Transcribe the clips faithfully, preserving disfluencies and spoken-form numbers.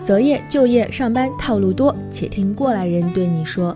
择业、就业、上班套路多，且听过来人对你说。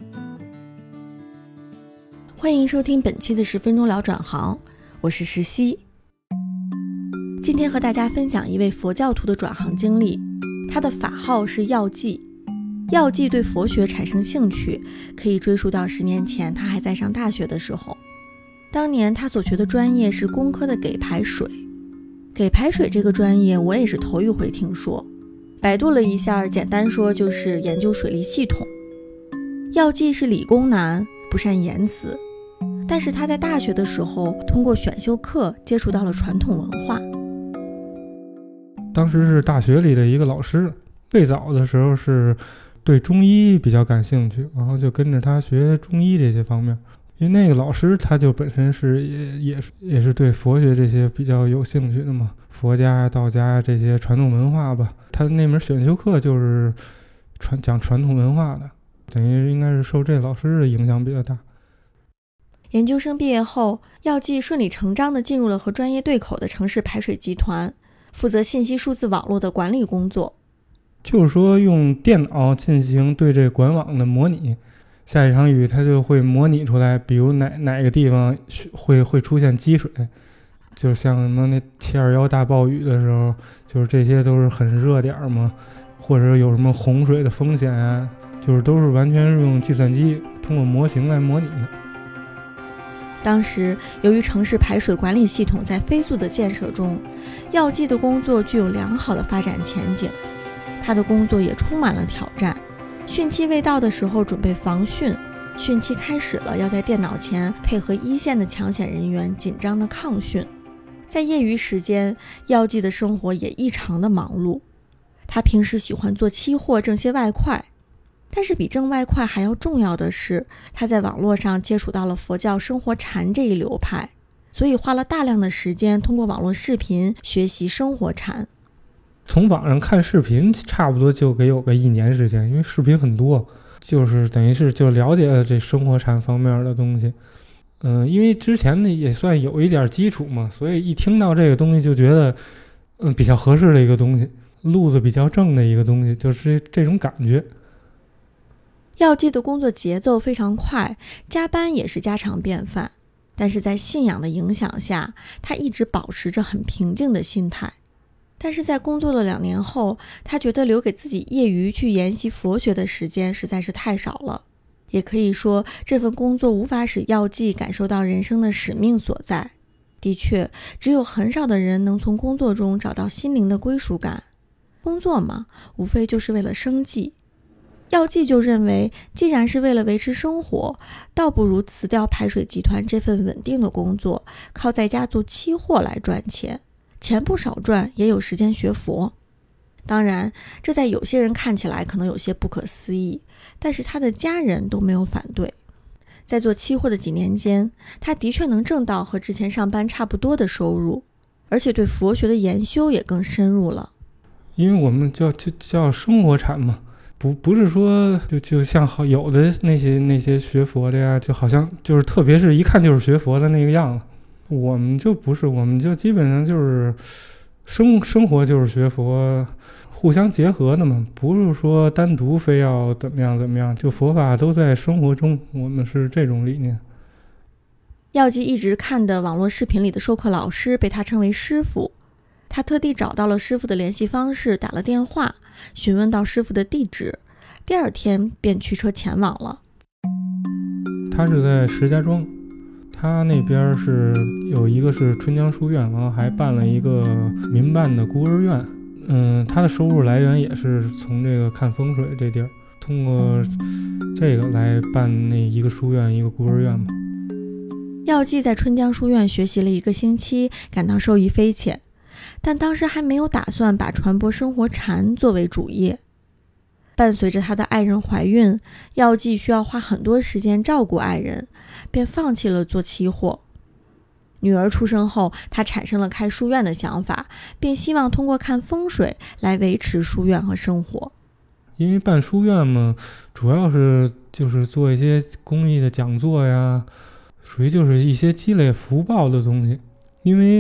欢迎收听本期的十分钟聊转行，我是石溪。今天和大家分享一位佛教徒的转行经历，他的法号是药剂。药剂对佛学产生兴趣，可以追溯到十年前他还在上大学的时候。当年他所学的专业是工科的给排水。给排水这个专业我也是头一回听说，百度了一下，简单说就是研究水利系统。药剂是理工男，不善言辞，但是他在大学的时候通过选修课接触到了传统文化。 当时是大学里的一个老师，最早的时候是对中医比较感兴趣，然后就跟着他学中医这些方面。因为那个老师他就本身是也也是也是对佛学这些比较有兴趣的嘛，佛家道家这些传统文化吧。他那门选修课就是传讲传统文化的，等于应该是受这老师的影响比较大。 研究生毕业后，药剂顺理成章地进入了和专业对口的城市排水集团，负责信息数字网络的管理工作。 就是说用电脑进行对这管网的模拟，下一场雨它就会模拟出来，比如哪哪个地方会会出现积水，就像什么那七二一大暴雨的时候，就是这些都是很热点嘛，或者有什么洪水的风险啊，就是都是完全是用计算机通过模型来模拟。 当时由于城市排水管理系统在飞速的建设中，药剂的工作具有良好的发展前景，他的工作也充满了挑战。汛期未到的时候准备防汛，汛期开始了，要在电脑前配合一线的抢险人员紧张的抗汛。在业余时间，药剂的生活也异常的忙碌。他平时喜欢做期货挣些外快，但是比挣外快还要重要的是，他在网络上接触到了佛教生活禅这一流派，所以花了大量的时间通过网络视频学习生活禅。 从网上看视频差不多就给有个一年时间，因为视频很多，就是等于是就了解了这生活禅方面的东西。嗯、呃，因为之前呢也算有一点基础嘛，所以一听到这个东西就觉得嗯比较合适的一个东西，路子比较正的一个东西，就是这种感觉。 药剂的工作节奏非常快，加班也是家常便饭，但是在信仰的影响下，他一直保持着很平静的心态。但是在工作了两年后，他觉得留给自己业余去研习佛学的时间实在是太少了。也可以说，这份工作无法使药剂感受到人生的使命所在。的确，只有很少的人能从工作中找到心灵的归属感。工作嘛，无非就是为了生计。药剂就认为，既然是为了维持生活，倒不如辞掉排水集团这份稳定的工作，靠在家做期货来赚钱。钱不少赚，也有时间学佛。当然，这在有些人看起来可能有些不可思议，但是他的家人都没有反对。在做期货的几年间，他的确能挣到和之前上班差不多的收入，而且对佛学的研修也更深入了。 因为我们叫就叫生活禅嘛，不不是说就就像好有的那些那些学佛的呀，就好像就是特别是一看就是学佛的那个样子。我们就不是，我们就基本上就是生生活就是学佛，互相结合的嘛，不是说单独非要怎么样怎么样，就佛法都在生活中，我们是这种理念。 药剂一直看的网络视频里的授课老师被他称为师傅，他特地找到了师傅的联系方式，打了电话，询问到师傅的地址，第二天便驱车前往了。 他是在石家庄，他那边是有一个是春江书院，然后还办了一个民办的孤儿院。嗯，他的收入来源也是从这个看风水这地儿，通过这个来办那一个书院一个孤儿院嘛。 药剂在春江书院学习了一个星期，感到受益匪浅，但当时还没有打算把传播生活禅作为主业。伴随着他的爱人怀孕，药剂需要花很多时间照顾爱人，便放弃了做期货。女儿出生后，他产生了开书院的想法，并希望通过看风水来维持书院和生活。 因为办书院嘛，主要是就是做一些公益的讲座呀，属于就是一些积累福报的东西。因为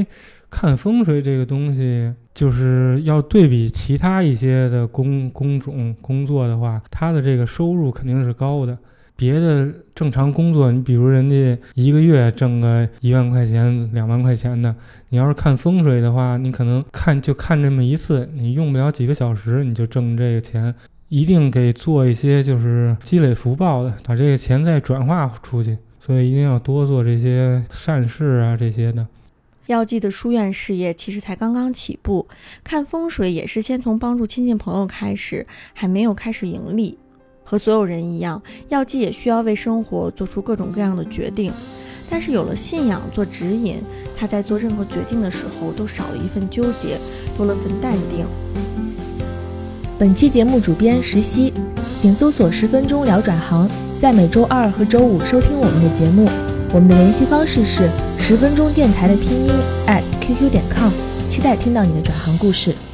看风水这个东西，就是要对比其他一些的工工种工作的话，他的这个收入肯定是高的。别的正常工作，你比如人家一个月挣个一万块钱、两万块钱的，你要是看风水的话，你可能看就看这么一次，你用不了几个小时你就挣这个钱。一定给做一些就是积累福报的，把这个钱再转化出去，所以一定要多做这些善事啊这些的。 药剂的书院事业其实才刚刚起步，看风水也是先从帮助亲戚朋友开始，还没有开始盈利。和所有人一样，药剂也需要为生活做出各种各样的决定，但是有了信仰做指引，他在做任何决定的时候都少了一份纠结，多了份淡定。 本期节目主编石溪，请搜索十分钟聊转行，在每周二和周五收听我们的节目。我们的联系方式是十分钟电台的拼音 at qq 点com， 期待听到你的转行故事。